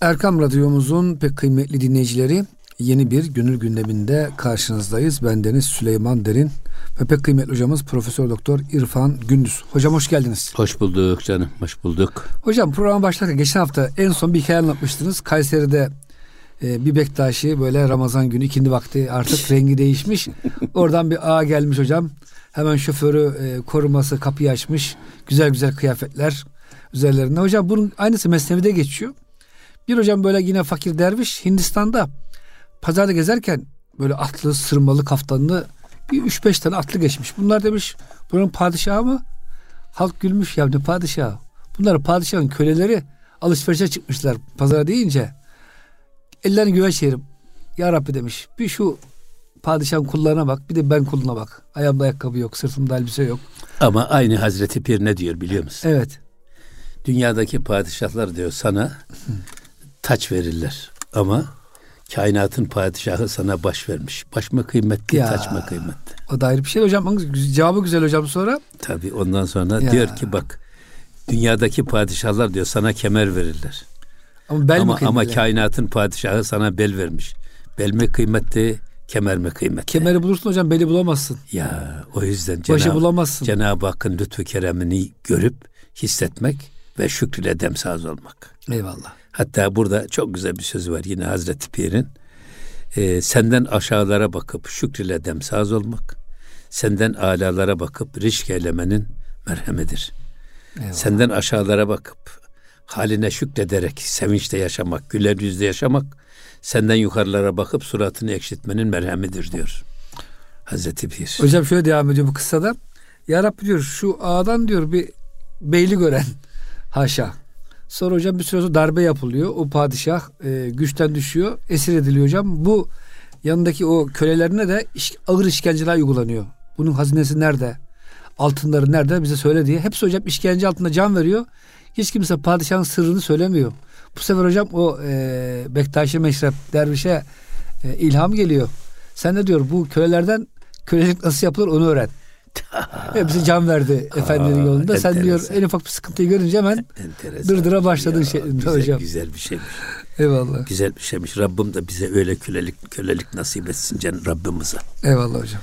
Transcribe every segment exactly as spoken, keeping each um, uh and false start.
Erkam Radyomuzun pek kıymetli dinleyicileri, yeni bir gönül gündeminde karşınızdayız. Bendeniz Süleyman Derin ve pek kıymetli hocamız Profesör Doktor İrfan Gündüz. Hocam hoş geldiniz. Hoş bulduk canım, hoş bulduk. Hocam programa başlarken geçen hafta en son bir hikaye anlatmıştınız. Kayseri'de e, bir Bektaşi böyle Ramazan günü ikindi vakti artık rengi değişmiş. Oradan bir ağa gelmiş hocam. Hemen şoförü e, koruması kapıyı açmış. Güzel güzel kıyafetler üzerlerinde. Hocam bunun aynısı Mesnevi'de geçiyor. Bir hocam böyle yine fakir derviş Hindistan'da pazarda gezerken böyle atlı, sırmalı, kaftanlı bir üç beş tane atlı geçmiş. Bunlar demiş buranın padişahı mı? Halk gülmüş, ya ne padişahı? Bunlar padişahın köleleri, alışverişe çıkmışlar pazara deyince. Ellerini göğe çevirip ya Rabbi demiş, bir şu padişahın kullarına bak, bir de ben kuluna bak. Ayağımda ayakkabı yok, sırtımda elbise yok. Ama aynı Hazreti Pir ne diyor biliyor musun? Evet. Dünyadaki padişahlar diyor sana taç verirler ama kainatın padişahı sana baş vermiş. Baş mı kıymetli, ya, taç mı kıymetli? O da ayrı bir şey hocam. Cevabı güzel hocam sonra. Tabii ondan sonra ya. Diyor ki bak, dünyadaki padişahlar diyor sana kemer verirler. Ama bel ama, mi kıymetli? Ama kainatın padişahı sana bel vermiş. Bel mi kıymetli, kemer mi kıymetli? Kemeri bulursun hocam, beli bulamazsın. Ya o yüzden başı Cenab- bulamazsın. Cenab-ı Hakk'ın lütfu keremini görüp hissetmek ve şükrüyle demsaz olmak. Eyvallah. Hatta burada çok güzel bir söz var yine Hazreti Pir'in. Ee, senden aşağılara bakıp şükrüyle demsaz olmak, senden âlalara bakıp rişk eylemenin merhemidir. Eyvallah. Senden aşağılara bakıp haline şükrederek sevinçle yaşamak, güler yüzle yaşamak, senden yukarılara bakıp suratını ekşitmenin merhemidir diyor Hazreti Pir. Hocam şöyle devam ediyor bu kıssada. Ya Rabbi diyor, şu ağadan diyor bir beyli gören, haşa. Sonra hocam bir süre sonra darbe yapılıyor. O padişah e, güçten düşüyor. Esir ediliyor hocam. Bu yanındaki o kölelerine de iş, ağır işkenceler uygulanıyor. Bunun hazinesi nerede? Altınları nerede? Bize söyle diye. Hepsi hocam işkence altında can veriyor. Hiç kimse padişahın sırrını söylemiyor. Bu sefer hocam o e, Bektaşi Meşrep dervişe e, ilham geliyor. Sen ne diyor? Bu kölelerden kölelik nasıl yapılır onu öğren. Hepsi can verdi efendinin yolunda. Enteresan. Sen diyor en ufak bir sıkıntıyı görünce hemen enteresan. Dırdıra başladın ya, şeklinde güzel, hocam. Güzel bir şeymiş. Eyvallah. Güzel bir şeymiş. Rabbim de bize öyle kölelik kölelik nasip etsin canım Rabbimize. Eyvallah hocam.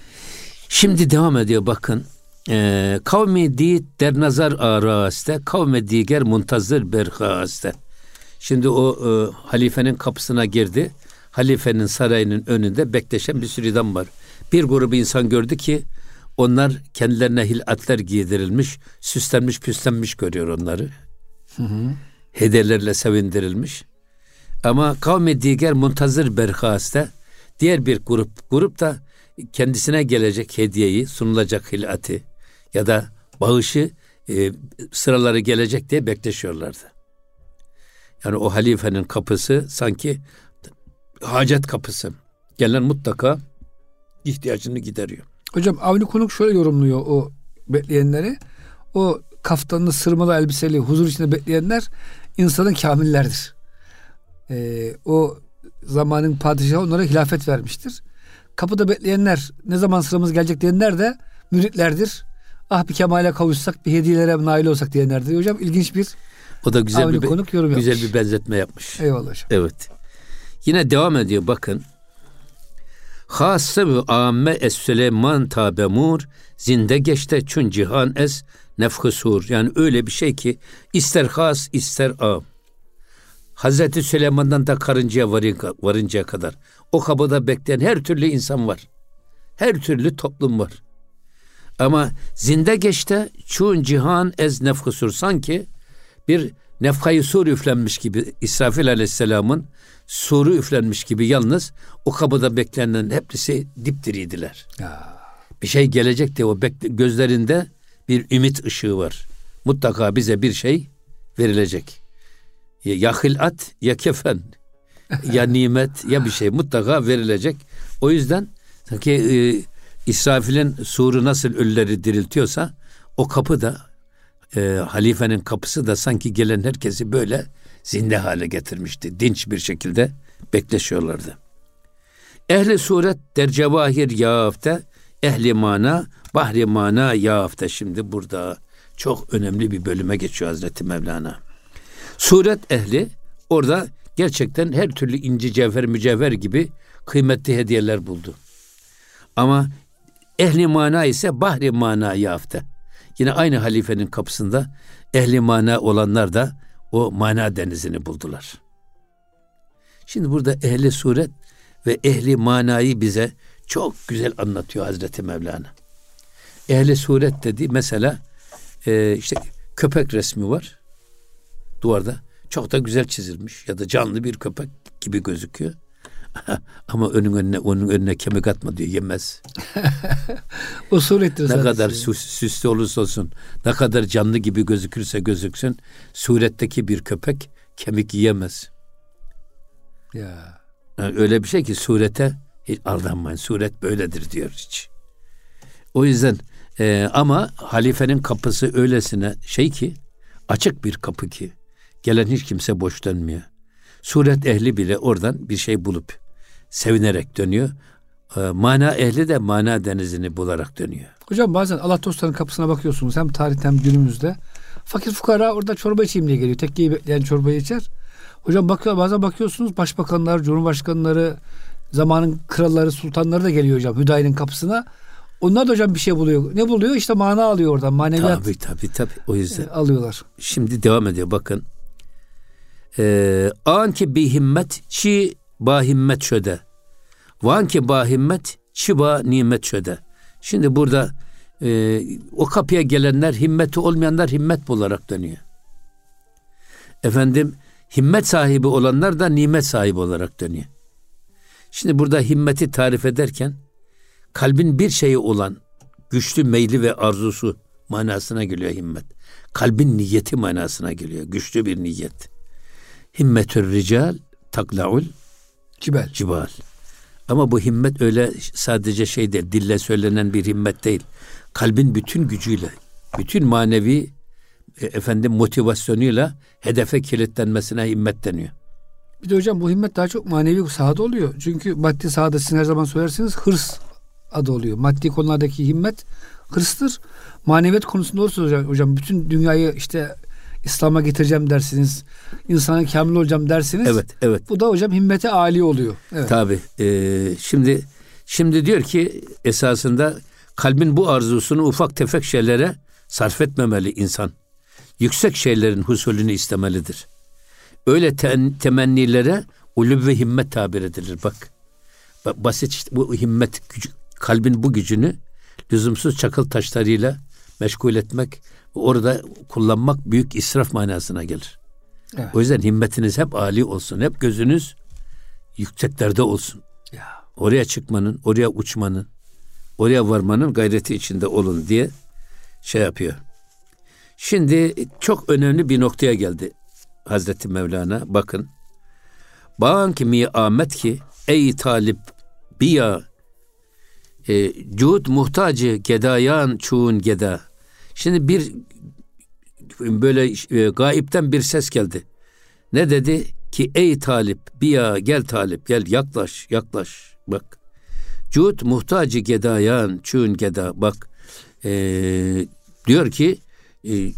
Şimdi devam ediyor bakın. Ee, kavmi di der nazar araste, kavmi diger muntazır berhaste. Şimdi o e, halifenin kapısına girdi. Halifenin sarayının önünde bekleşen bir sürü adam var. Bir grubu insan gördü ki onlar kendilerine hilatler giydirilmiş, süslenmiş, püslenmiş görüyor onları. Hı hı. Hediyelerle sevindirilmiş. Ama kavmi diğer muntazır berhaste, diğer bir grup, grup da kendisine gelecek hediyeyi, sunulacak hilati ya da bağışı e, sıraları gelecek diye bekleşiyorlardı. Yani o halifenin kapısı sanki hacet kapısı. Gelen mutlaka ihtiyacını gideriyor. Hocam Avni Konuk şöyle yorumluyor o bekleyenleri. O kaftanlı, sırmalı elbiseli, huzur içinde bekleyenler insanın kamillerdir. Ee, o zamanın padişahı onlara hilafet vermiştir. Kapıda bekleyenler, ne zaman sıramız gelecek diyenler de müritlerdir. Ah bir kemale kavuşsak, bir hediyelere nail olsak diyenlerdir. Hocam ilginç bir o da güzel Avni bir Konuk yorum güzel yapmış. bir benzetme yapmış. Eyvallah hocam. Evet. Yine devam ediyor bakın. Hâsse ve âmme es Süleyman tabemur zinde geçte çün cihan es nefhusur. Yani öyle bir şey ki ister has ister am. Hazreti Süleyman'dan da karıncaya varıncaya kadar o kapıda bekleyen her türlü insan var. Her türlü toplum var. Ama zinde geçte çün cihan ez nefhusur, sanki bir nefhayı sur üflenmiş gibi, İsrafil Aleyhisselam'ın suru üflenmiş gibi, yalnız o kapıda beklenenlerin hepsi dipdiriydiler. Ya. Bir şey gelecek diye o bekle, gözlerinde bir ümit ışığı var. Mutlaka bize bir şey verilecek. Ya, ya hilat ya kefen ya nimet ya bir şey mutlaka verilecek. O yüzden sanki e, İsrafil'in suru nasıl ölüleri diriltiyorsa o kapı da e, halifenin kapısı da sanki gelen herkesi böyle zinde hale getirmişti. Dinç bir şekilde bekleşiyorlardı. Ehli suret der cevahir yafte, ehli mana bahri mana yafte. Şimdi burada çok önemli bir bölüme geçiyor Hazreti Mevlana. Suret ehli orada gerçekten her türlü inci, cevher, mücevher gibi kıymetli hediyeler buldu. Ama ehli mana ise bahri mana yaftı. Yine aynı halifenin kapısında ehli mana olanlar da o mana denizini buldular. Şimdi burada ehli suret ve ehli manayı bize çok güzel anlatıyor Hazreti Mevlana. Ehli suret dedi mesela e, işte köpek resmi var duvarda. Çok da güzel çizilmiş ya da canlı bir köpek gibi gözüküyor. Ama önün önüne onun önüne kemik atma diyor, yemez. O surettir ne zaten. kadar süs, süslü olursa olsun, ne kadar canlı gibi gözükürse gözüksün, suretteki bir köpek kemik yiyemez. Ya. Yani öyle bir şey ki surete hiç aldanmayın. Suret böyledir diyor hiç. O yüzden e, ama halifenin kapısı öylesine şey ki, açık bir kapı ki gelen hiç kimse boş dönmüyor. Suret ehli bile oradan bir şey bulup sevinerek dönüyor. E, mana ehli de mana denizini bularak dönüyor. Hocam bazen Allah dostlarının kapısına bakıyorsunuz, hem tarihten hem günümüzde. Fakir fukara orada çorba içeyim diye geliyor. Tekkeyi bekleyen çorbayı içer. Hocam bakıyor, bazen bakıyorsunuz başbakanlar, cumhurbaşkanları, zamanın kralları, sultanları da geliyor hocam Hüdayi'nin kapısına. Onlar da hocam bir şey buluyor. Ne buluyor? İşte mana alıyor oradan. Maneviyat. Tabii tabii tabii. O yüzden. E, alıyorlar. Şimdi devam ediyor bakın. Ee, Anki bi himmet çi ba himmet şöde. Vanki ba himmet çi ba nimet şöde. Şimdi burada e, o kapıya gelenler, himmeti olmayanlar himmet bularak dönüyor. Efendim himmet sahibi olanlar da nimet sahibi olarak dönüyor. Şimdi burada himmeti tarif ederken kalbin bir şeyi olan güçlü meyli ve arzusu manasına geliyor himmet. Kalbin niyeti manasına geliyor. Güçlü bir niyet. Himmetür rical takla'ul Cibel. cibal. Ama bu himmet öyle sadece şey değil, dille söylenen bir himmet değil. Kalbin bütün gücüyle, bütün manevi e, efendim motivasyonuyla hedefe kilitlenmesine himmet deniyor. Bir de hocam bu himmet daha çok manevi sahada oluyor. Çünkü maddi sahada sizin her zaman söylersiniz hırs adı oluyor. Maddi konulardaki himmet hırstır. Maneviyat konusunda olursa hocam, hocam bütün dünyayı işte İslam'a getireceğim dersiniz. İnsanın kamil olacağım dersiniz. Evet, evet. Bu da hocam himmete âli oluyor. Evet. Tabii. E, şimdi şimdi diyor ki esasında kalbin bu arzusunu ufak tefek şeylere sarf etmemeli insan. Yüksek şeylerin husulünü istemelidir. Öyle te- temennilere ulûv ve himmet tabir edilir. Bak, bak basit işte bu himmet gücü, kalbin bu gücünü lüzumsuz çakıl taşlarıyla meşgul etmek, orada kullanmak büyük israf manasına gelir. Evet. O yüzden himmetiniz hep âli olsun, hep gözünüz yükseklerde olsun. Ya. Oraya çıkmanın, oraya uçmanın, oraya varmanın gayreti içinde olun diye şey yapıyor. Şimdi çok önemli bir noktaya geldi Hazreti Mevlana. Bakın. Bağın ki mi amet ki ey talip biya e, cud muhtacı gedayan çuğun geda. Şimdi bir böyle e, gaipten bir ses geldi. Ne dedi? Ki ey talip biya gel talip gel yaklaş yaklaş bak. Cud muhtacı gedayan çuğun geda bak. E, diyor ki e,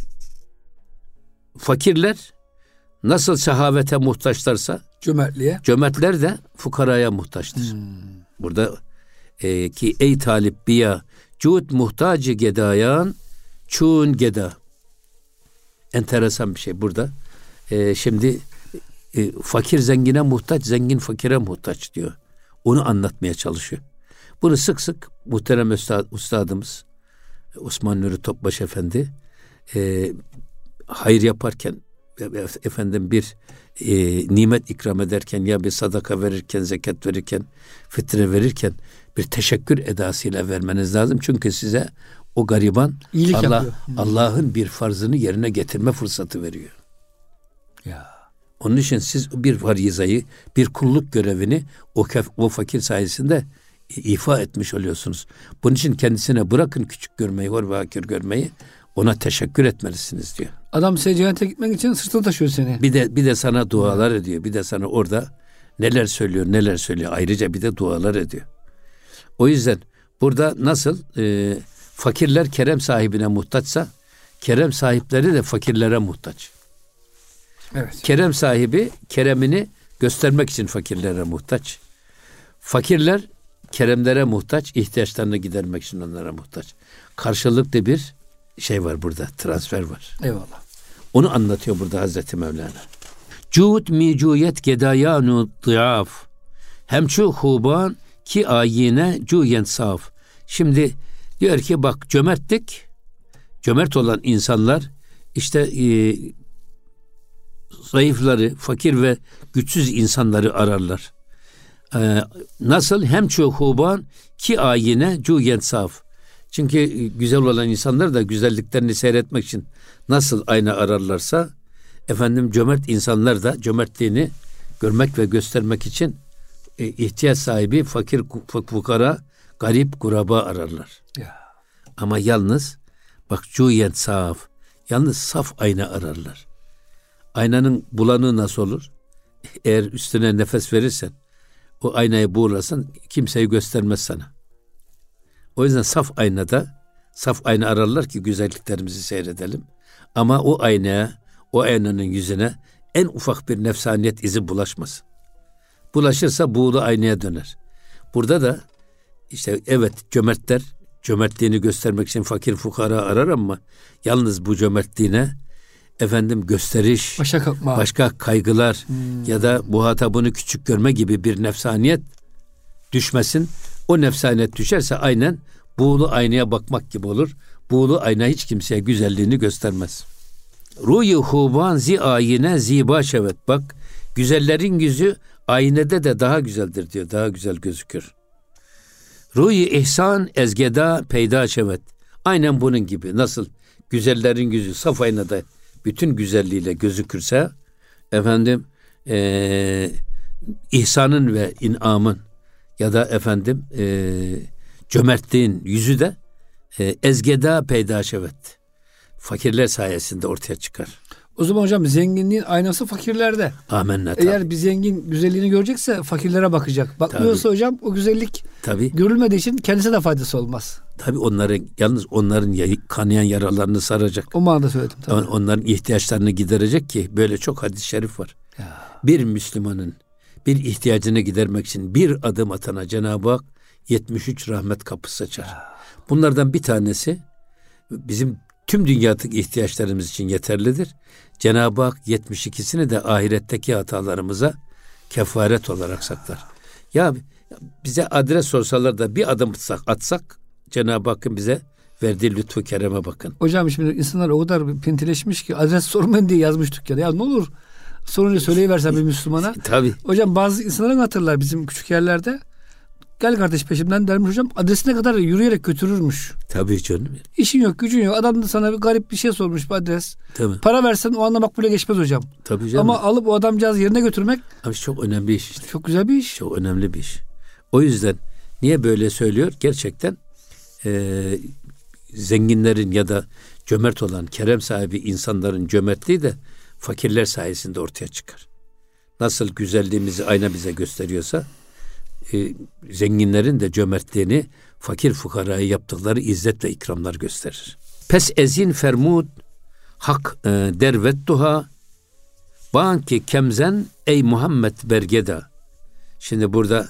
fakirler nasıl şehavete muhtaçlarsa Cömertliğe. cömertler de fukaraya muhtaçtır. Hmm. Burada e, ki ey talip biya cud muhtacı gedayan çuğun geda. Enteresan bir şey burada. E, şimdi e, fakir zengine muhtaç, zengin fakire muhtaç diyor. Onu anlatmaya çalışıyor. Bunu sık sık muhterem üstad, ustadımız Osman Nuri Topbaş Efendi e, hayır yaparken efendim bir e, nimet ikram ederken ya bir sadaka verirken, zekat verirken, fitre verirken bir teşekkür edasıyla vermeniz lazım. Çünkü size o gariban İyilik Allah hmm. Allah'ın bir farzını yerine getirme fırsatı veriyor. Ya. Onun için siz bir farizayı, bir kulluk görevini o, kef, o fakir sayesinde ifa etmiş oluyorsunuz. Bunun için kendisine bırakın küçük görmeyi, hor ve hakir görmeyi, ona teşekkür etmelisiniz diyor. Adam size cennete gitmek için sırtına taşıyor seni. Bir de bir de sana dualar ediyor. Bir de sana orada neler söylüyor, neler söylüyor. Ayrıca bir de dualar ediyor. O yüzden burada nasıl e, fakirler kerem sahibine muhtaçsa, kerem sahipleri de fakirlere muhtaç. Evet. Kerem sahibi keremini göstermek için fakirlere muhtaç. Fakirler keremlere muhtaç, ihtiyaçlarını gidermek için onlara muhtaç. Karşılıklı bir şey var burada, transfer var. Eyvallah. Onu anlatıyor burada Hazreti Mevlana. Cud micuyet gedayanu dıaf. Hemçu huban ki ayine cuyen saf. Şimdi diyor ki bak cömertlik, cömert olan insanlar işte e, zayıfları, fakir ve güçsüz insanları ararlar. E, nasıl? Hemçu huban ki ayine cuyen saf. Çünkü güzel olan insanlar da güzelliklerini seyretmek için nasıl ayna ararlarsa, efendim cömert insanlar da cömertliğini görmek ve göstermek için e, ihtiyaç sahibi fakir, fukara, garip, kuraba ararlar. Ya. Ama yalnız bak cuyen saf, yalnız saf ayna ararlar. Aynanın bulanığı nasıl olur? Eğer üstüne nefes verirsen, o aynayı buğulasın, kimseyi göstermez sana. O yüzden saf aynada, saf ayna ararlar ki güzelliklerimizi seyredelim. Ama o aynaya, o aynanın yüzüne en ufak bir nefsaniyet izi bulaşmasın. Bulaşırsa buğulu aynaya döner. Burada da işte evet cömertler cömertliğini göstermek için fakir fukara arar ama yalnız bu cömertliğine efendim gösteriş, başa kalkma, başka kaygılar hmm. ya da muhatabını küçük görme gibi bir nefsaniyet düşmesin. O nefsaniyet düşerse aynen buğulu aynaya bakmak gibi olur. Buğulu ayna hiç kimseye güzelliğini göstermez. Ruhi huban zi ayine ziba şevet. Bak güzellerin yüzü aynede de daha güzeldir diyor. Daha güzel gözükür. Ruhi ihsan ezgeda peyda şevet. Aynen bunun gibi. Nasıl güzellerin yüzü saf aynada bütün güzelliğiyle gözükürse efendim ee, ihsanın ve inamın ya da efendim ee, cömertliğin yüzü de ee, ezgeda peyda şevet. Fakirler sayesinde ortaya çıkar. O zaman hocam zenginliğin aynası fakirlerde. Amenna. Eğer bir zengin güzelliğini görecekse fakirlere bakacak. Bakmıyorsa tabii. Hocam o güzellik tabii. görülmediği için kendisine de faydası olmaz. Tabii onların yalnız onların kanayan yaralarını saracak. O manada söyledim. Tabii. Onların ihtiyaçlarını giderecek ki böyle çok hadis-i şerif var. Ya. Bir Müslümanın bir ihtiyacını gidermek için bir adım atana Cenab-ı Hak yetmiş üç rahmet kapısı açar. Ya. Bunlardan bir tanesi bizim tüm dünyadaki ihtiyaçlarımız için yeterlidir. Cenab-ı Hak yetmiş ikisini de ahiretteki hatalarımıza kefaret olarak saklar. Ya bize adres sorsalar da bir adım atsak, atsak Cenab-ı Hakk'ın bize verdiği lütfu kereme bakın. Hocam şimdi insanlar o kadar pintileşmiş ki adres sormayın diye yazmıştık ya. Ya ne olur sorunca söyleyiversen bir Müslümana. Tabii. Hocam bazı insanların hatırlar bizim küçük yerlerde. Gel kardeş peşimden dermiş hocam. Adresine kadar yürüyerek götürürmüş. Tabii canım. İşin yok, gücün yok. Adam da sana bir garip bir şey sormuş bir adres. Tabii. Para versen o anda makbule geçmez hocam. Tabii canım. Ama alıp o adamcağızı yerine götürmek. Abi çok önemli iş işte. Çok güzel bir iş. Çok önemli bir iş. O yüzden niye böyle söylüyor? Gerçekten e, zenginlerin ya da cömert olan, kerem sahibi insanların cömertliği de fakirler sayesinde ortaya çıkar. Nasıl güzelliğimizi ayna bize gösteriyorsa e, zenginlerin de cömertliğini fakir fukaraya yaptıkları izzet ve ikramlar gösterir. Pes ezin fermud hak e, dervet duha banki kemzen ey Muhammed bergeda. Şimdi burada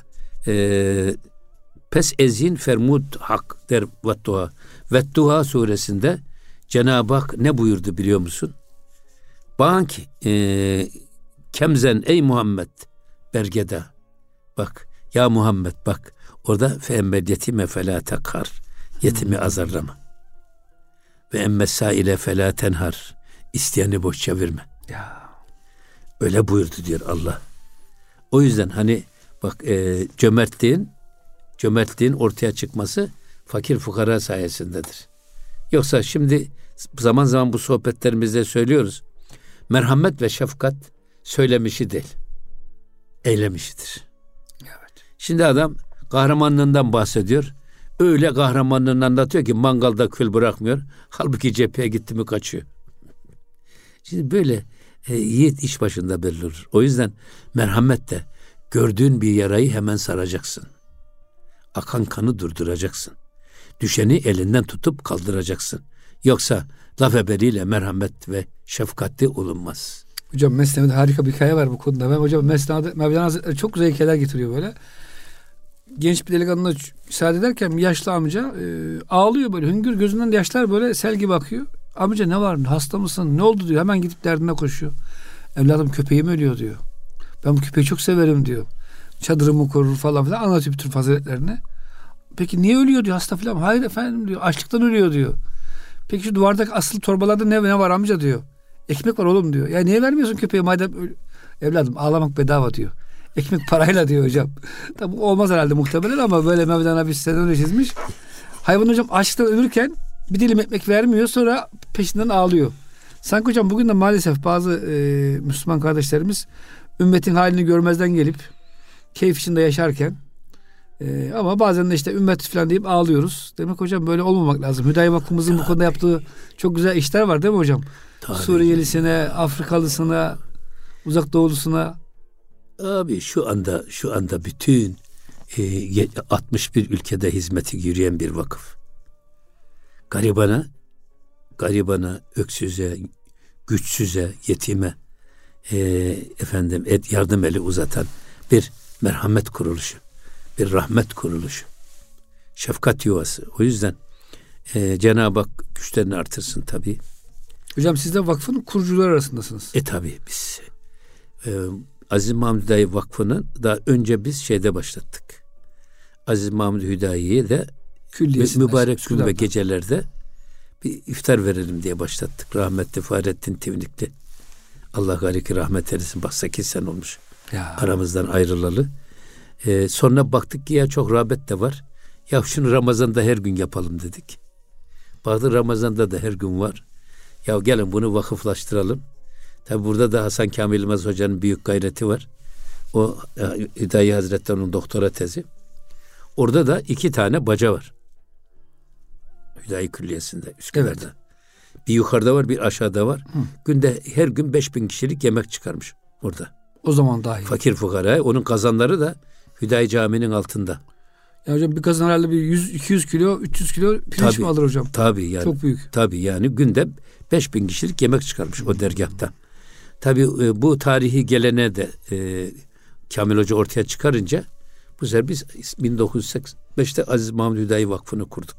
e, pes ezin fermud hak dervet duha ve duha suresinde Cenab-ı Hak ne buyurdu biliyor musun? Bank e, kemzen ey Muhammed bergeda. Bak ya Muhammed bak orada fe emmel yetime felâ tekar. Yetimi azarlama. Ve emmessaile felâ tenhar. İsteyeni boş çevirme. Ya. Öyle buyurdu diyor Allah. O yüzden hani bak e, cömertliğin cömertliğin ortaya çıkması fakir fukara sayesindedir. Yoksa şimdi zaman zaman bu sohbetlerimizde söylüyoruz. Merhamet ve şefkat söylemişi değil, eylemişidir. Evet. Şimdi adam kahramanlığından bahsediyor. Öyle kahramanlığını anlatıyor ki mangalda kül bırakmıyor. Halbuki cepheye gitti mi kaçıyor. Şimdi böyle e, yiğit iş başında belli olur. O yüzden merhamet de gördüğün bir yarayı hemen saracaksın. Akan kanı durduracaksın. Düşeni elinden tutup kaldıracaksın. Yoksa laf ebeliyle merhamet ve şefkatli olunmaz. Hocam Mesnevi'de harika bir hikaye var bu konuda. Ben hocam Mesnevi'de Mevlana Hazretleri çok güzel hikayeler getiriyor böyle. Genç bir delikanlı müsaade ederken bir yaşlı amca e, ağlıyor böyle. Hüngür, gözünden yaşlar böyle sel gibi akıyor. Amca ne var? Hasta mısın? Ne oldu diyor. Hemen gidip derdine koşuyor. Evladım köpeğim ölüyor diyor. Ben bu köpeği çok severim diyor. Çadırımı korur falan filan anlatıyor bütün faziletlerini. Peki niye ölüyor diyor, hasta filan. Hayır efendim diyor, açlıktan ölüyor diyor. Peki şu duvardaki asılı torbalarda ne, ne var amca diyor. Ekmek var oğlum diyor. Ya niye vermiyorsun köpeğe madem öl-? Evladım ağlamak bedava diyor. Ekmek parayla diyor hocam. Tabi olmaz herhalde muhtemelen ama böyle Mevlana bir senaryo çizmiş. Hayvan hocam açlıktan ölürken bir dilim ekmek vermiyor, sonra peşinden ağlıyor. Sanki hocam bugün de maalesef bazı e, Müslüman kardeşlerimiz ümmetin halini görmezden gelip keyif içinde yaşarken e, ama bazen de işte ümmet falan deyip ağlıyoruz. Demek hocam böyle olmamak lazım. Hüdayi Vakfımızın bu konuda yaptığı çok güzel işler var değil mi hocam? Tabii. Suriyelisine, Afrikalısına, Uzak Doğulusuna. Abi şu anda şu anda bütün e, altmış bir ülkede hizmeti yürüyen bir vakıf. Garibana, garibana, öksüze, güçsüze, yetime e, efendim et, yardım eli uzatan bir merhamet kuruluşu, bir rahmet kuruluşu, şefkat yuvası. O yüzden e, Cenab-ı Hak güçlerini artırsın tabii. Hocam siz de vakfın kurucuları arasındasınız. E tabii biz e, Aziz Mahmud Hüdayi Vakfı'nın daha önce biz şeyde başlattık. Aziz Mahmud Hüdayi'ye de mübarek gün ve gecelerde bir iftar verelim diye başlattık. Rahmetli Fahrettin Tivnikli. Allah gariki rahmet eylesin. Bak sekiz sene olmuş. Ya. Aramızdan ayrılalı. Ee, sonra baktık ki ya çok rağbet de var. Ya şunu Ramazan'da her gün yapalım dedik. Baktı Ramazan'da da her gün var. Ya gelin bunu vakıflaştıralım. Tabi burada da Hasan Kamil İlmaz Hoca'nın büyük gayreti var. O Hüdayi Hazretleri'nin doktora tezi. Orada da iki tane baca var. Hüdayi Külliyesi'nde, Üsküdar'da. Evet. Bir yukarıda var, bir aşağıda var. Hı. Günde her gün beş bin kişilik yemek çıkarmış orada. O zaman daha iyi. Fakir fukaraya. Onun kazanları da Hüdayi Camii'nin altında. Ya hocam bir kazan herhalde bir yüz iki yüz kilo, üç yüz kilo pirinç tabii, mi alır hocam? Tabii yani. Çok büyük. Tabii yani günde beş bin kişilik yemek çıkarmış o dergahta. Tabii e, bu tarihi gelene de e, Kamil Hoca ortaya çıkarınca bu sefer biz bin dokuz yüz seksen beşte Aziz Mahmud Hüdayi Vakfı'nı kurduk.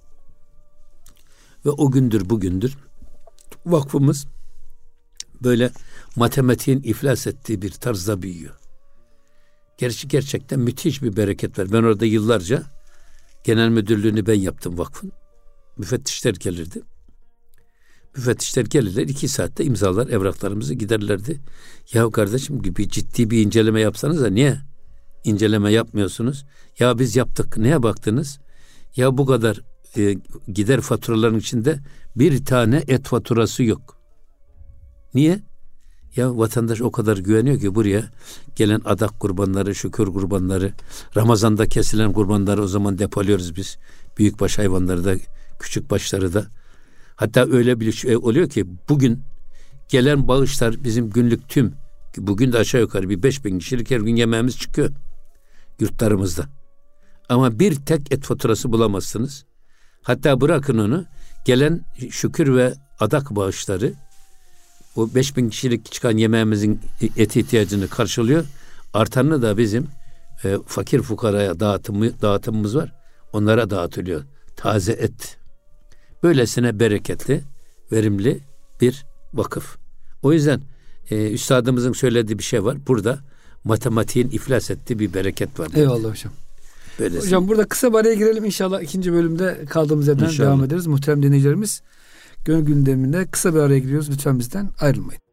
Ve o gündür bugündür vakfımız böyle matematiğin iflas ettiği bir tarzda büyüyor. Gerçi gerçekten müthiş bir bereket var. Ben orada yıllarca genel müdürlüğünü ben yaptım vakfın. Müfettişler gelirdi. Müfettişler gelirler, iki saatte imzalar, evraklarımızı giderlerdi. Ya kardeşim gibi ciddi bir inceleme yapsanız da niye inceleme yapmıyorsunuz? Ya biz yaptık. Neye baktınız? Ya bu kadar e, gider faturaların içinde bir tane et faturası yok. Niye? Ya vatandaş o kadar güveniyor ki buraya gelen adak kurbanları, şükür kurbanları, Ramazan'da kesilen kurbanları o zaman depoluyoruz biz. Büyükbaş hayvanları da, küçük başları da. Hatta öyle bir şey oluyor ki bugün gelen bağışlar bizim günlük tüm, bugün de aşağı yukarı bir beş bin kişilik her gün yemeğimiz çıkıyor yurtlarımızda. Ama bir tek et faturası bulamazsınız. Hatta bırakın onu, gelen şükür ve adak bağışları o beş bin kişilik çıkan yemeğimizin et ihtiyacını karşılıyor. Artanını da bizim e, fakir fukaraya dağıtımı, dağıtımımız var. Onlara dağıtılıyor. Taze et. Böylesine bereketli, verimli bir vakıf. O yüzden e, üstadımızın söylediği bir şey var. Burada matematiğin iflas ettiği bir bereket var. Eyvallah hocam. Böylesine. Hocam burada kısa bir araya girelim. İnşallah ikinci bölümde kaldığımız yerden İnşallah. devam ederiz. Muhterem dinleyicilerimiz, Gönül Gündemi'nde kısa bir araya giriyoruz. Lütfen bizden ayrılmayın.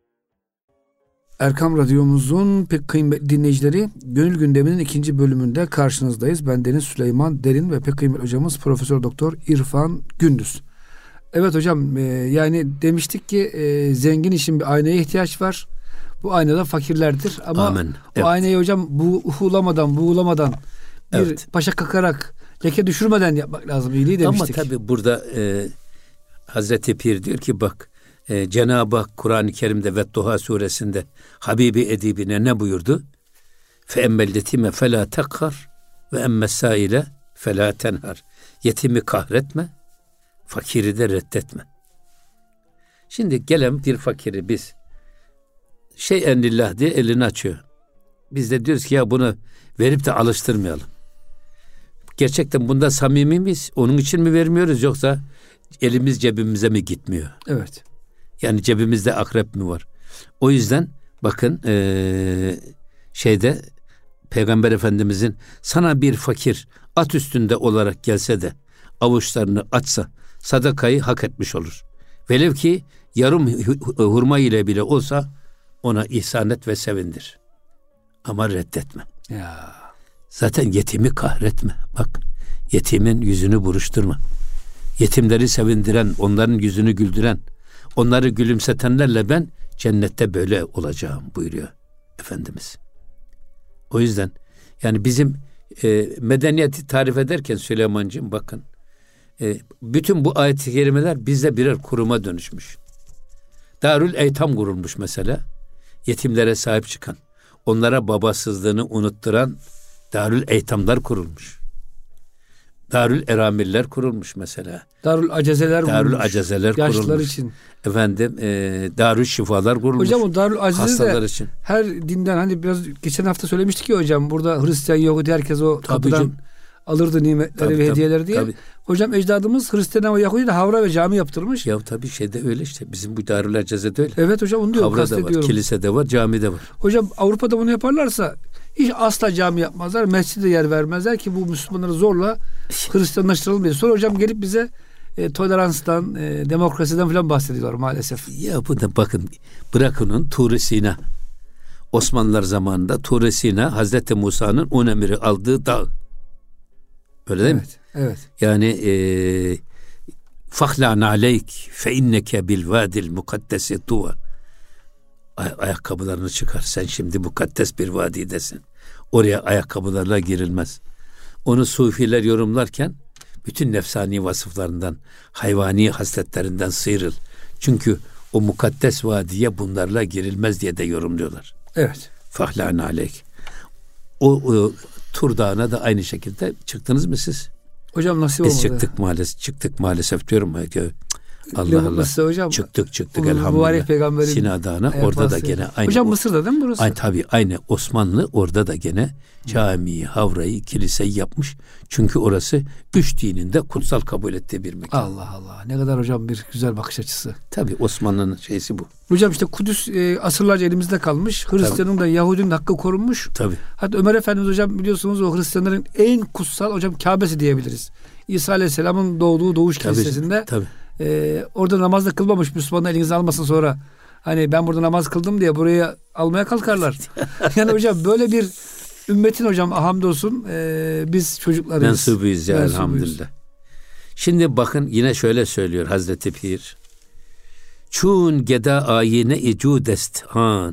Erkam Radyomuzun pek kıymetli dinleyicileri, Gönül Gündemi'nin ikinci bölümünde karşınızdayız. Ben Deniz Süleyman Derin ve pek kıymetli hocamız Profesör Doktor İrfan Gündüz. Evet hocam, e, yani demiştik ki e, zengin için bir aynaya ihtiyaç var. Bu aynada fakirlerdir. Ama Amen. o evet. aynayı hocam bu uhulamadan, buğulamadan, bir evet. paşa kakarak, leke düşürmeden yapmak lazım iyiliği demiştik. Ama tabii burada e, Hazreti Pir diyor ki bak, e, Cenab-ı Hak Kur'an-ı Kerim'de ve Duha suresinde Habibi edibine ne buyurdu? Fe emmel yetime felâ tekhar ve emmes sâile felâ tenhar. Yetimi kahretme, fakiri de reddetme. Şimdi gelen bir fakiri biz şey enlillah diye elini açıyor. Biz de diyoruz ki ya bunu verip de alıştırmayalım. Gerçekten bunda samimi miyiz? Onun için mi vermiyoruz yoksa elimiz cebimize mi gitmiyor? Evet. Yani cebimizde akrep mi var? O yüzden bakın ee, şeyde Peygamber Efendimizin sana bir fakir at üstünde olarak gelse de avuçlarını açsa sadakayı hak etmiş olur. Velev ki yarım hurma ile bile olsa ona ihsan et ve sevindir. Ama reddetme. Ya. Zaten yetimi kahretme. Bak, yetimin yüzünü buruşturma. Yetimleri sevindiren, onların yüzünü güldüren, onları gülümsetenlerle ben cennette böyle olacağım buyuruyor Efendimiz. O yüzden yani bizim e, medeniyeti tarif ederken Süleymancığım bakın e, bütün bu ayet-i kerimeler bizde birer kuruma dönüşmüş. Darül Eytam kurulmuş mesela. Yetimlere sahip çıkan, onlara babasızlığını unutturan Darül Eytamlar kurulmuş. Darül Eramiller kurulmuş mesela. Darül Acezeler kurulmuş. Darül Acezeler kurulmuş. Yaşlılar için. Efendim e, Darül Şifalar kurulmuş. Hocam o Darül Acezeler de için. her dinden hani biraz geçen hafta söylemiştik ya hocam burada Hristiyan, Yahudi herkes o kapıdan canım. alırdı nimetleri Tabii, ve tabii, hediyeleri diye. tabii. Hocam ecdadımız Hristiyan ve Yahudi de havra ve cami yaptırmış. Ya tabii şeyde öyle işte. Bizim bu Darül Aceze'de öyle. Evet hocam onu diyorum. Havra da var, kilise de var, cami de var. Hocam Avrupa'da bunu yaparlarsa hiç asla cami yapmazlar. Mescide yer vermezler ki bu Müslümanları zorla Hristiyanlaştıralım diye. Sonra hocam gelip bize e, toleranstan, e, demokrasiden falan bahsediyorlar maalesef. Ya bu da bakın bırakının Tur-i Sina. Osmanlılar zamanında Tur-i Sina Hazreti Musa'nın on emiri aldığı dağ. Öyle değil evet, mi? Evet. Yani eee fahlan aleyk fe inneke bil vadil mukaddesi tuva. Ay- ayakkabılarını çıkar. Sen şimdi mukaddes bir vadidesin. Oraya ayakkabılarla girilmez. Onu sufiler yorumlarken bütün nefsani vasıflarından, hayvani hasletlerinden sıyrıl. Çünkü o mukaddes vadiye bunlarla girilmez diye de yorumluyorlar. Evet. Fahlan aleyk. O, o Tur Dağı'na da aynı şekilde çıktınız mı siz? Hocam nasip Biz olmadı. çıktık maalesef. Çıktık maalesef diyorum. Allah Ne Allah. mutlusu hocam. Çıktık çıktık Bu elhamdülillah. mübarek peygamberin Sina Dağı'na orada da gene aynı. Hocam Mısır'da değil mi burası? Aynı tabii aynı Osmanlı orada da gene camiyi, havrayı, kiliseyi yapmış. Çünkü orası üç dinin de kutsal kabul ettiği bir mekan. Allah Allah. Ne kadar hocam bir güzel bakış açısı. Tabii Osmanlı'nın şeysi bu. Hocam işte Kudüs e, asırlarca elimizde kalmış. Hristiyanın da Yahudinin hakkı korunmuş. Tabii. Hatta Ömer Efendimiz hocam biliyorsunuz o Hristiyanların en kutsal hocam Kabe'si diyebiliriz. İsa Aleyhisselam'ın doğduğu doğuş Tabii, kilisesinde tabii. E, orada namaz da kılmamış Müslümanlar elinize almasın sonra. Hani ben burada namaz kıldım diye buraya almaya kalkarlar. Yani hocam böyle bir ümmetin hocam hamdolsun e, biz çocuklarıyız. Mensubuyuz ya Mensubuyuz. elhamdülillah. Şimdi bakın yine şöyle söylüyor Hazreti Pir. Çun geda ayine icudest han.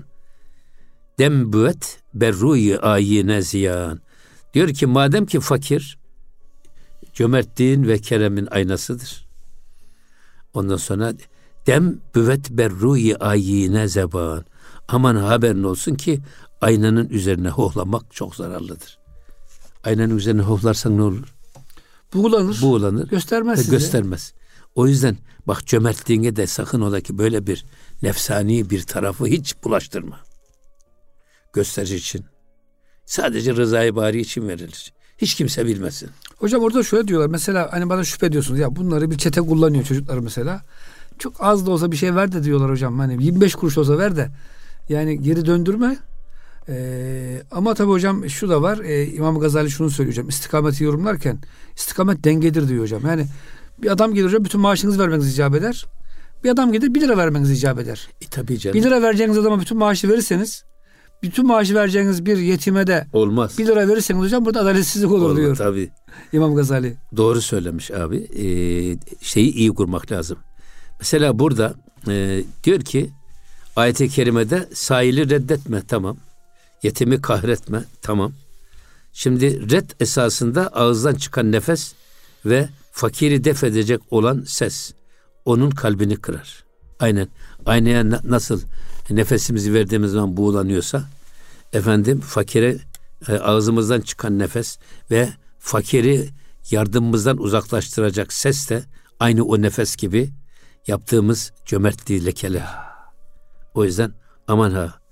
Dembüet berruyi ayine ziyan. Diyor ki madem ki fakir cömertliğin ve keremin aynasıdır. Ondan sonra dem büvet berruyi ayine zeban. Aman haberin olsun ki aynanın üzerine hohlamak çok zararlıdır. Aynanın üzerine hohlarsan ne olur? Buğulanır. Buğulanır. Göstermez size. Göstermez. O yüzden bak cömertliğine de sakın ola ki böyle bir nefsani bir tarafı hiç bulaştırma. Gösterici için. Sadece rızayı bari için verilir. Hiç kimse bilmesin. Hocam orada şöyle diyorlar. Mesela hani bana şüphe ediyorsunuz. Ya bunları bir çete kullanıyor çocuklar mesela. Çok az da olsa bir şey ver de diyorlar hocam. Hani yirmi beş kuruş olsa ver de. Yani geri döndürme. Ee, ama tabii hocam şu da var. Ee, İmam Gazali şunu söylüyor hocam. İstikameti yorumlarken istikamet dengedir diyor hocam. Yani bir adam gelir hocam bütün maaşınızı vermeniz icap eder. Bir adam gelir bir lira vermeniz icap eder. E tabii canım. Bir lira vereceğiniz adama bütün maaşı verirseniz bütün maaşı vereceğiniz bir yetime de olmaz. Bir lira verirseniz hocam burada adaletsizlik olur Olmaz, diyor. Tabii. İmam Gazali. Doğru söylemiş abi. Ee, şeyi iyi kurmak lazım. Mesela burada e, diyor ki ayet-i kerimede sahili reddetme, tamam. Yetimi kahretme, tamam. Şimdi red esasında ağızdan çıkan nefes ve fakiri def edecek olan ses onun kalbini kırar. Aynen. Aynaya na- nasıl nefesimizi verdiğimiz zaman buğulanıyorsa efendim fakire e, ağzımızdan çıkan nefes ve fakiri yardımımızdan uzaklaştıracak ses de aynı o nefes gibi yaptığımız cömertliği lekeler. O yüzden aman ha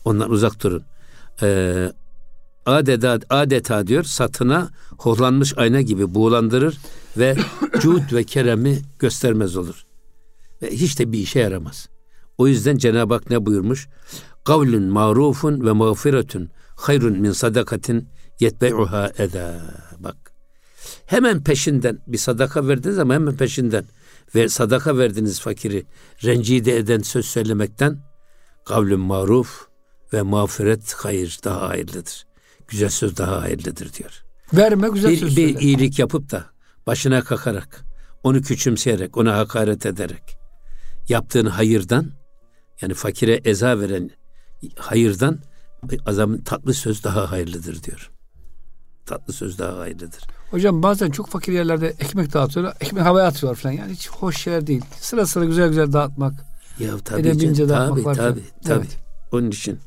Ondan uzak durun. Ee, adeta, adeta diyor satına hohlanmış ayna gibi buğulandırır ve cud ve keremi göstermez olur. Ve hiç de bir işe yaramaz. O yüzden Cenab-ı Hak ne buyurmuş? Kavlun marufun ve mağfiretun hayrun min sadakatin yetbe'uha eda. Bak. Hemen peşinden bir sadaka verdiniz ama hemen peşinden ve sadaka verdiniz fakiri rencide eden söz söylemekten kavlun maruf ve mağfiret hayır daha hayırlıdır. Güzel söz daha hayırlıdır diyor. Verme güzel bir, söz Bir söyle. iyilik yapıp da başına kakarak, onu küçümseyerek, ona hakaret ederek yaptığın hayırdan, yani fakire eza veren hayırdan adamın tatlı söz daha hayırlıdır diyor. Tatlı söz daha hayırlıdır. Hocam bazen çok fakir yerlerde ekmek dağıtıyorlar. Ekmek havaya atıyorlar falan. Yani hiç hoş şeyler değil. Sıra sıra güzel güzel dağıtmak. Ya tabii edebince dağıtmak tabii, var. tabii, tabii. Evet. Onun için.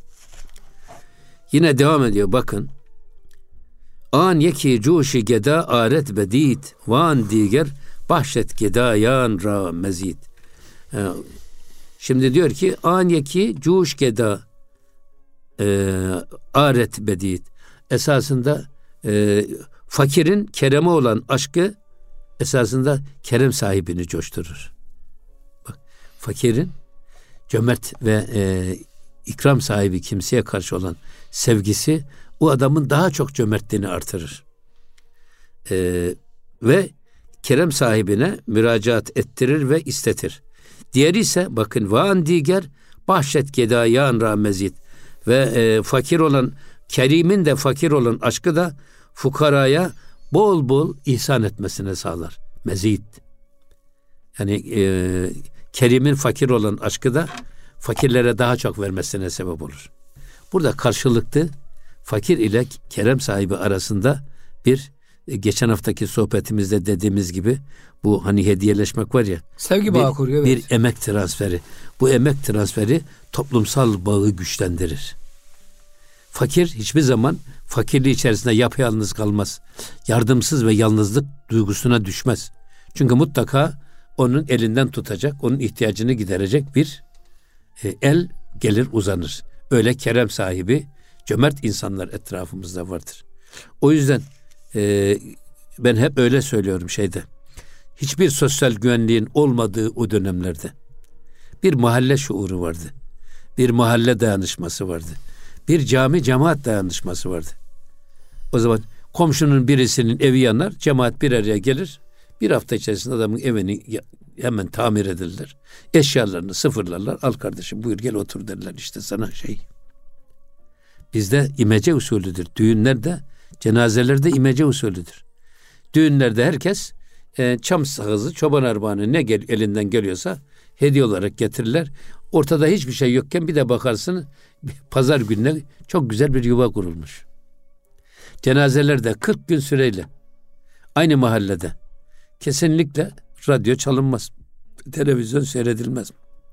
Yine devam ediyor bakın. An yeki cuşi geda aret bedit van diger bahşet geda yan ra mezid. Şimdi diyor ki an yeki cuş geda e, aret bedit. Esasında e, fakirin kereme olan aşkı esasında kerem sahibini coşturur. Bak, fakirin cömert ve e, ikram sahibi kimseye karşı olan sevgisi o adamın daha çok cömertliğini artırır. E, ve kerem sahibine müracaat ettirir ve istetir. Diğeri ise bakın van diger bahşet gedayan ramezit ve e, fakir olan kerimin de fakir olan aşkı da fukaraya bol bol ihsan etmesine sağlar. Mezid. Yani e, kerimin fakir olan aşkı da fakirlere daha çok vermesine sebep olur. Burada karşılıklı fakir ile kerem sahibi arasında bir e, geçen haftaki sohbetimizde dediğimiz gibi bu hani hediyeleşmek var ya. Sevgi bir, bağı kuruyor. Bir evet. emek transferi. Bu emek transferi toplumsal bağı güçlendirir. Fakir hiçbir zaman fakirliği içerisinde yapayalnız kalmaz. Yardımsız ve yalnızlık duygusuna düşmez. Çünkü mutlaka onun elinden tutacak, onun ihtiyacını giderecek bir e, el gelir uzanır. Öyle kerem sahibi, cömert insanlar etrafımızda vardır. O yüzden e, ben hep öyle söylüyorum şeyde. Hiçbir sosyal güvenliğin olmadığı o dönemlerde bir mahalle şuuru vardı. Bir mahalle dayanışması vardı. Bir cami cemaat dayanışması vardı. O zaman komşunun birisinin evi yanar, cemaat bir araya gelir. Bir hafta içerisinde adamın evini hemen tamir edilirler. Eşyalarını sıfırlarlar. Al kardeşim buyur gel otur derler işte sana şey. Bizde imece usulüdür. Düğünlerde, cenazelerde imece usulüdür. Düğünlerde herkes e, çam sakızı, çoban armağanı ne gel, elinden geliyorsa hediye olarak getirirler. Ortada hiçbir şey yokken bir de bakarsın pazar gününe çok güzel bir yuva kurulmuş. Cenazelerde kırk gün süreyle aynı mahallede kesinlikle radyo çalınmaz. Televizyon seyredilmez.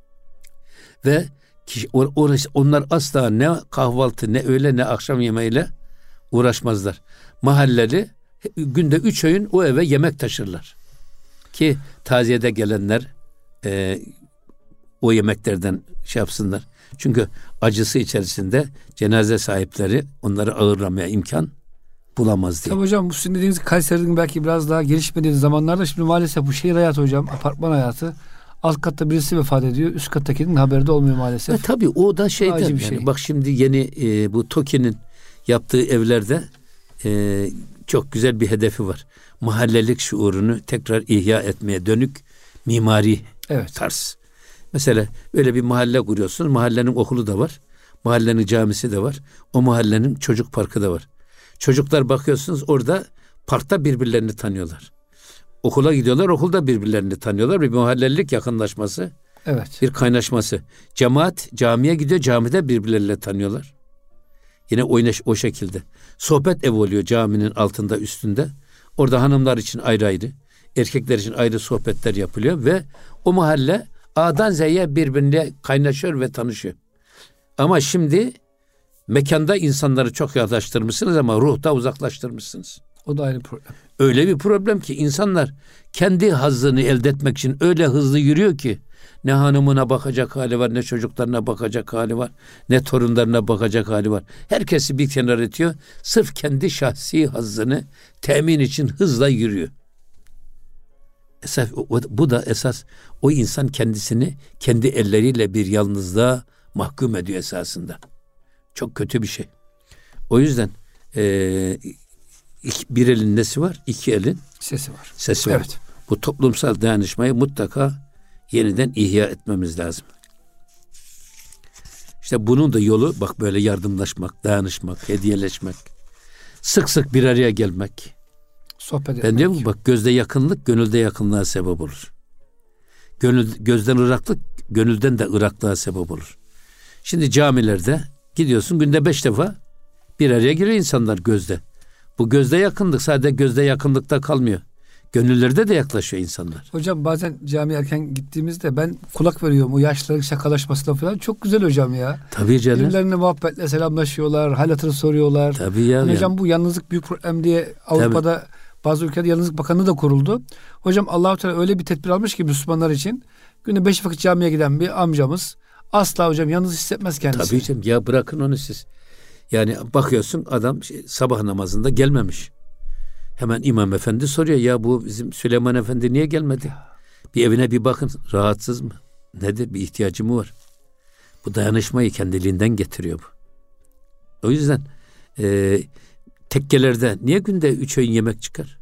Ve kişi, or, onlar asla ne kahvaltı ne öğle ne akşam yemeğiyle uğraşmazlar. Mahalleri günde üç öğün o eve yemek taşırlar. Ki taziyede gelenler e, o yemeklerden şey yapsınlar. Çünkü acısı içerisinde cenaze sahipleri onları ağırlamaya imkan bulamaz diye. Tabii hocam bu sizin dediğiniz Kayseri'nin belki biraz daha gelişmediği zamanlarda şimdi maalesef bu şehir hayatı hocam, apartman hayatı. Alt katta birisi vefat ediyor. Üst kattakinin haberi de olmuyor maalesef. E, tabii o da şeyden Acı bir yani. şey. Bak şimdi yeni e, bu TOKİ'nin yaptığı evlerde e, çok güzel bir hedefi var. Mahallelik şuurunu tekrar ihya etmeye dönük mimari evet. tarz. Mesela öyle bir mahalle kuruyorsunuz. Mahallenin okulu da var. Mahallenin camisi de var. O mahallenin çocuk parkı da var. Çocuklar bakıyorsunuz orada parkta birbirlerini tanıyorlar. Okula gidiyorlar, okulda birbirlerini tanıyorlar. Bir mahallelik yakınlaşması, evet. bir kaynaşması. Cemaat camiye gidiyor, camide birbirleriyle tanıyorlar. Yine oynaş o şekilde. Sohbet evi oluyor caminin altında, üstünde. Orada hanımlar için ayrı ayrı, erkekler için ayrı sohbetler yapılıyor ve o mahalle A'dan Z'ye birbirine kaynaşıyor ve tanışıyor. Ama şimdi mekanda insanları çok yaklaştırmışsınız ama ruhta uzaklaştırmışsınız. O da aynı problem. Öyle bir problem ki insanlar kendi hazzını elde etmek için öyle hızlı yürüyor ki ne hanımına bakacak hali var, ne çocuklarına bakacak hali var, ne torunlarına bakacak hali var. Herkesi bir kenara itiyor. Sırf kendi şahsi hazzını temin için hızla yürüyor. Esas, bu da esas o insan kendisini kendi elleriyle bir yalnızlığa mahkum ediyor esasında. Çok kötü bir şey. O yüzden e, bir elin nesi var? İki elin sesi var. Sesi var. Evet. Bu toplumsal dayanışmayı mutlaka yeniden ihya etmemiz lazım. İşte bunun da yolu bak böyle yardımlaşmak, dayanışmak, hediyeleşmek, sık sık bir araya gelmek. Sohbet etmek. Ben diyorum bak gözde yakınlık gönülde yakınlığa sebep olur. Gönül, gözden ıraklık gönülden de ıraklığa sebep olur. Şimdi camilerde gidiyorsun günde beş defa bir araya giriyor insanlar gözde. Bu gözde yakınlık sadece gözde yakınlıkta kalmıyor. Gönüllerde de yaklaşıyor insanlar. Hocam bazen camiye erken gittiğimizde ben kulak veriyorum o yaşlıların şakalaşmasına falan. Çok güzel hocam ya. Tabii canım. Birbirlerine muhabbetle selamlaşıyorlar, hal hatırı soruyorlar. Tabii ya. Yani yani. hocam bu yalnızlık büyük problem diye Avrupa'da Tabii. bazı ülkelerde yalnızlık bakanlığı da kuruldu. Hocam Allah-u Teala öyle bir tedbir almış ki Müslümanlar için. Günde beş vakit camiye giden bir amcamız asla hocam yalnız hissetmez kendisi. Tabii canım ya bırakın onu siz. Yani bakıyorsun adam sabah namazında gelmemiş. Hemen imam efendi soruyor ya bu bizim Süleyman Efendi niye gelmedi? Bir evine bir bakın rahatsız mı? Nedir bir ihtiyacı mı var? Bu dayanışmayı kendiliğinden getiriyor bu. O yüzden e, tekkelerde niye günde üç öğün yemek çıkar?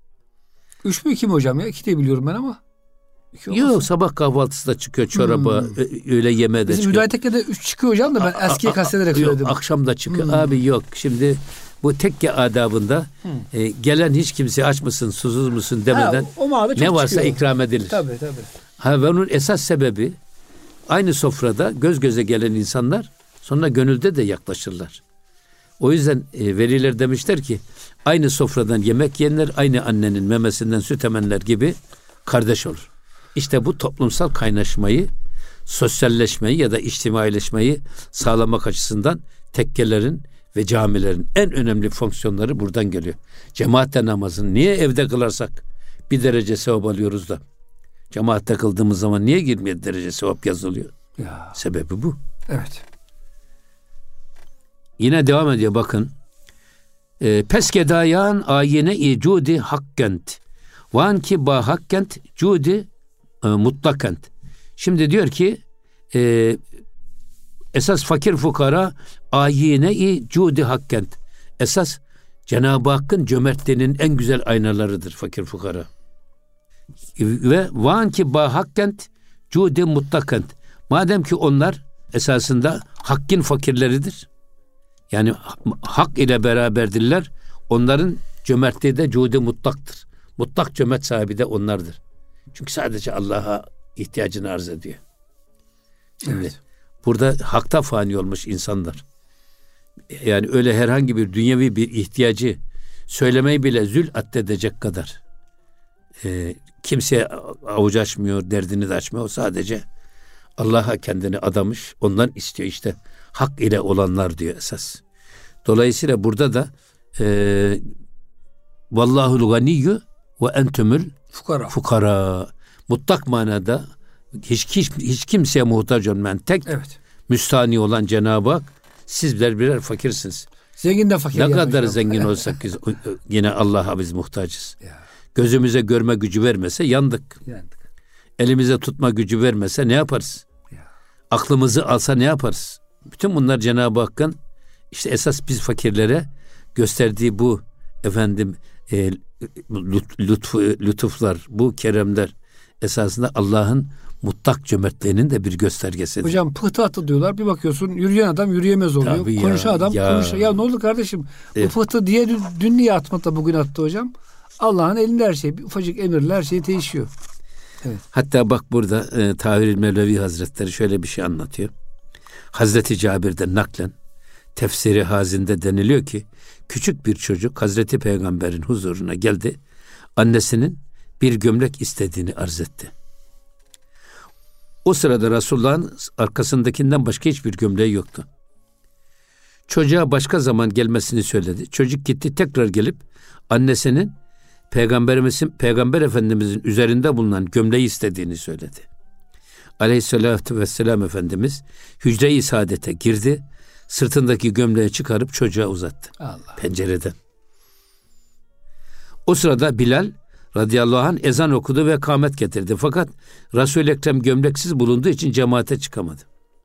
Üç mü iki mi hocam ya? İki diye biliyorum ben ama. Yok sabah kahvaltısı da çıkıyor çoraba hmm. öğle yemeğe de Bizim çıkıyor. Bizim Hüdayet Tekke'de üç çıkıyor hocam da ben a, eskiye kastederek söyledim. Yok akşam da çıkıyor. Hmm. Abi yok şimdi bu tekke adabında hmm. e, gelen hiç kimse aç mısın susuz musun demeden ha, ne varsa çıkıyor. ikram edilir. Tabii tabii. Ha, ve onun esas sebebi aynı sofrada göz göze gelen insanlar sonra gönülde de yaklaşırlar. O yüzden e, veliler demişler ki aynı sofradan yemek yiyenler aynı annenin memesinden süt emenler gibi kardeş olur. İşte bu toplumsal kaynaşmayı, sosyalleşmeyi ya da içtimaileşmeyi sağlamak açısından tekkelerin ve camilerin en önemli fonksiyonları buradan geliyor. Cemaatle namazını niye evde kılarsak bir derece sevap alıyoruz da cemaatte kıldığımız zaman niye yirmi yedi derece sevap yazılıyor? Ya. Sebebi bu. Evet. Yine devam ediyor bakın. E, Peskedayan ayine i cudi hakkent. Van ki ba hakkent cudi e, mutlakent. Şimdi diyor ki e, esas fakir fukara ayine-i cudi hakkent. Esas Cenab-ı Hakk'ın cömertliğinin en güzel aynalarıdır fakir fukara. Ve van ki ba hakkent cudi mutlakent. Madem ki onlar esasında hakkın fakirleridir. Yani hak ile beraberdirler. Onların cömertliği de cudi mutlaktır. Mutlak cömert sahibi de onlardır. Çünkü sadece Allah'a ihtiyacını arz ediyor. Şimdi evet. Burada hakta fani olmuş insanlar. Yani öyle herhangi bir dünyevi bir ihtiyacı söylemeyi bile zül addedecek kadar e, kimseye avuç açmıyor, derdini de açmıyor. O sadece Allah'a kendini adamış, ondan istiyor işte. Hak ile olanlar diyor esas. Dolayısıyla burada da e, vallahul ganiyyü ve entümül fukara. fukara. Mutlak manada hiç, hiç, hiç kimseye muhtaç olmayan tek evet. müstani olan Cenab-ı Hak sizler birer fakirsiniz. Zengin de fakir. Ne kadar zengin olsak yine Allah'a biz muhtacız. Ya. Gözümüze görme gücü vermese yandık. yandık. Elimize tutma gücü vermese ne yaparız? Ya. Aklımızı alsa ne yaparız? Bütün bunlar Cenab-ı Hakk'ın işte esas biz fakirlere gösterdiği bu efendim e, lütfu, lütuflar, bu keremler esasında Allah'ın mutlak cömertliğinin de bir göstergesidir. Hocam pıhtı attı diyorlar. Bir bakıyorsun yürüyen adam yürüyemez oluyor. Tabii konuşan ya, adam ya. konuşuyor. Ya ne oldu kardeşim? Evet. Bu pıhtı diye dün, dün niye atmadı da bugün attı hocam? Allah'ın elinde her şey. Bir ufacık emirle her şey değişiyor. Evet. Hatta bak burada e, Tahir-i Mevlevi Hazretleri şöyle bir şey anlatıyor. Hazreti Cabir'de naklen tefsiri hazinde deniliyor ki küçük bir çocuk Hazreti Peygamber'in huzuruna geldi. Annesinin bir gömlek istediğini arz etti. O sırada Resulullah'ın arkasındakinden başka hiçbir gömleği yoktu. Çocuğa başka zaman gelmesini söyledi. Çocuk gitti, tekrar gelip annesinin Peygamberimizin, Peygamber Efendimizin üzerinde bulunan gömleği istediğini söyledi. Aleyhisselatü vesselam Efendimiz hücre-i saadete girdi. Sırtındaki gömleği çıkarıp çocuğa uzattı. Allah. Pencereden. O sırada Bilal radıyallahu anh ezan okudu ve kâmet getirdi. Fakat Resul-i Ekrem gömleksiz bulunduğu için cemaate çıkamadı.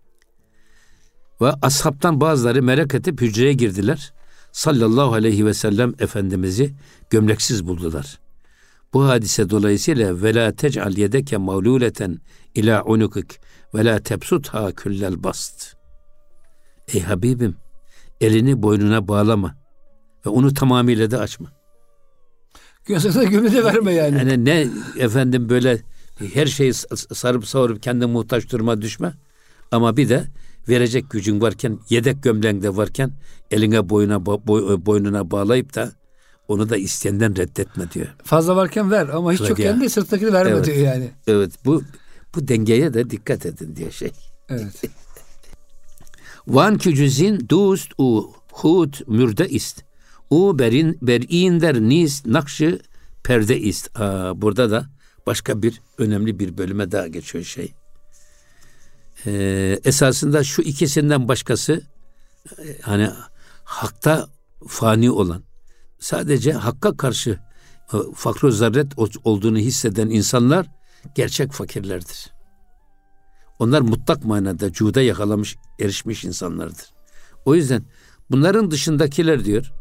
Ve ashabtan bazıları merak edip hücreye girdiler. Sallallahu aleyhi ve sellem Efendimiz'i gömleksiz buldular. Bu hadise dolayısıyla ve la tec'al yedeke mağluleten ila unukik ve la tebsutha küllel bast. Ey Habibim, elini boynuna bağlama ve onu tamamıyla da açma. Gözüne gömü de verme yani. Yani ne efendim böyle her şeyi sarıp savurup kendi muhtaç duruma düşme. Ama bir de verecek gücün varken, yedek gömleğin de varken eline boyuna boy, boynuna bağlayıp da onu da isteyenden reddetme diyor. Fazla varken ver ama hiç Evet yokken ya. de sırttakini verme Evet. diyor yani. Evet, bu bu dengeye de dikkat edin diye şey. Evet. Van kücüzin dust u hut mürde ist. U berin berin der nis nakşı perde ist. Aa, burada da başka bir önemli bir bölüme daha geçiyor şey. Ee, esasında şu ikisinden başkası e, hani hakta fani olan, sadece hakka karşı e, fakr-ı zarret olduğunu hisseden insanlar gerçek fakirlerdir. Onlar mutlak manada cuda yakalamış, erişmiş insanlardır. O yüzden bunların dışındakiler diyor,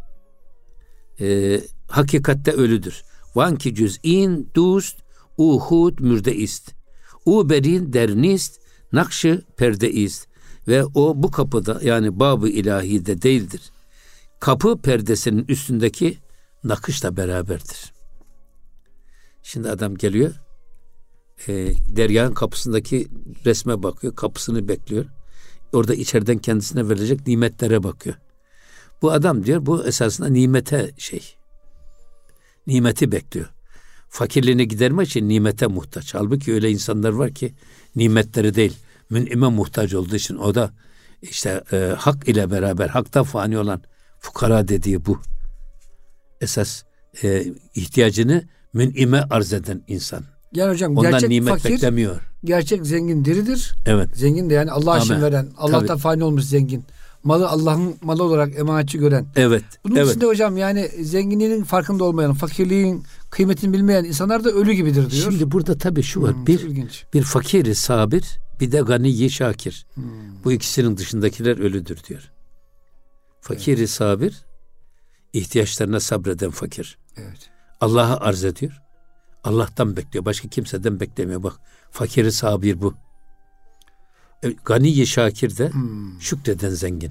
e, hakikatte ölüdür. Vanki cüz'in dust uhud mürdeist. U berin dernist nakşı perdeist. Ve o bu kapıda, yani bab-ı ilahide değildir. Kapı perdesinin üstündeki nakışla beraberdir. Şimdi adam geliyor, e, dergahın kapısındaki resme bakıyor, kapısını bekliyor. Orada içeriden kendisine verilecek nimetlere bakıyor. Bu adam diyor, bu esasında nimete şey, nimeti bekliyor. Fakirliğini gidermek için nimete muhtaç. Halbuki öyle insanlar var ki nimetleri değil, mün'ime muhtaç olduğu için, o da işte e, hak ile beraber, hakta fani olan fukara dediği bu. Esas e, ihtiyacını mün'ime arz eden insan. Yani hocam Ondan gerçek nimet fakir, beklemiyor. gerçek zengin diridir. Evet. Zengin de yani Allah için Amen. veren, Allah'tan Tabii. fani olmuş zengin. Malı Allah'ın malı olarak emanetçi gören. Evet. Bunun evet. içinde hocam yani zenginliğinin farkında olmayan, fakirliğin kıymetini bilmeyen insanlar da ölü gibidir diyor. Şimdi burada tabii şu var. Hmm, bir ilginç. bir fakiri sabir, bir de ganiyi şakir. Hmm. Bu ikisinin dışındakiler ölüdür diyor. Fakiri evet. sabir, ihtiyaçlarına sabreden fakir. Evet. Allah'a arz ediyor. Allah'tan bekliyor. Başka kimseden beklemiyor. Bak, fakiri sabir bu. E, ganiyi şakir de hmm. şükreden zengin.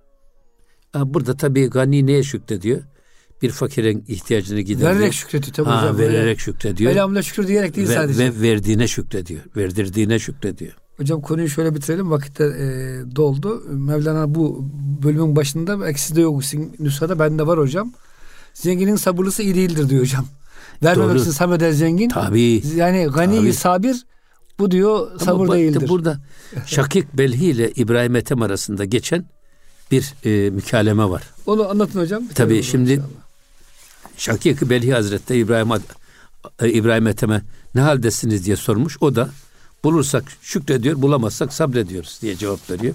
Ha, burada tabii gani neye şükrediyor? Bir fakirin ihtiyacını gideriyor. Vererek şükrediyor tabii ha, hocam. Vererek Böyle. şükrediyor. Elhamdülillah şükür diyerek değil ve, sadece. Ve verdiğine şükrediyor. Verdirdiğine şükrediyor. Hocam konuyu şöyle bitirelim. Vakit de e, doldu. Mevlana bu bölümün başında, belki sizde yok, nüshada bende var hocam. Zenginin sabırlısı iyi değildir diyor hocam. Vermemek için sabreden zengin. Tabii. Yani gani sabir, bu diyor sabır Ama değildir. Burada Şakik Belhi ile İbrahim Ethem arasında geçen bir e, mükaleme var. Onu anlatın hocam. Tabii şimdi inşallah. Şakik Belhi Hazretleri İbrahim İbrahim Ethem'e ne haldesiniz diye sormuş. O da bulursak şükrediyor, bulamazsak sabrediyoruz diye cevap veriyor.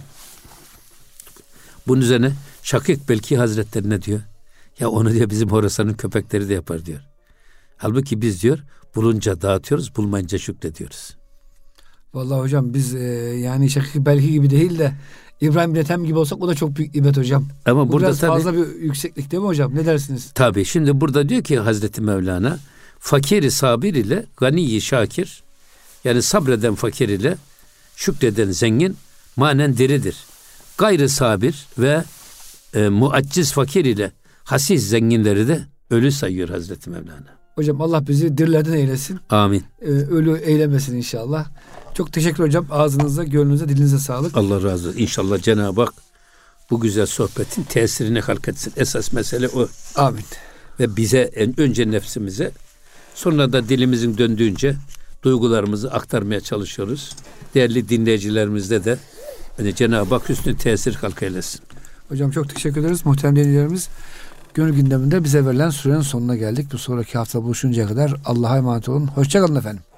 Bunun üzerine Şakik Belhi Hazretleri ne diyor? Ya onu diyor bizim Horasan'ın köpekleri de yapar diyor. Halbuki biz diyor bulunca dağıtıyoruz, bulmayınca şükrediyoruz. Vallahi hocam biz e, yani Şakik Belhi gibi değil de İbrahim Ethem gibi olsak o da çok büyük nimet hocam. Ama bu burada biraz tabii, fazla bir yükseklik değil mi hocam? Ne dersiniz? Tabii. Şimdi burada diyor ki Hazreti Mevlana, fakiri sabir ile ganiyi şakir, yani sabreden fakir ile şükreden zengin manen diridir. Gayrı sabir ve e, muacciz fakir ile hasis zenginleri de ölü sayıyor Hazreti Mevlana. Hocam Allah bizi dirilerden eylesin. Amin. Ee, ölü eylemesin inşallah. Çok teşekkür hocam. Ağzınıza, gönlünüze, dilinize sağlık. Allah razı olsun. İnşallah Cenab-ı Hak bu güzel sohbetin tesirini halk etsin. Esas mesele o. Amin. Ve bize en önce nefsimize, sonra da dilimizin döndüğünce duygularımızı aktarmaya çalışıyoruz. Değerli dinleyicilerimizde de hani Cenab-ı Hak hüsnü tesir halk eylesin. Hocam çok teşekkür ederiz. Muhterem dinleyicilerimiz, Gönül Gündemi'nde bize verilen sürenin sonuna geldik. Bu sonraki hafta buluşuncaya kadar Allah'a emanet olun. Hoşça kalın efendim.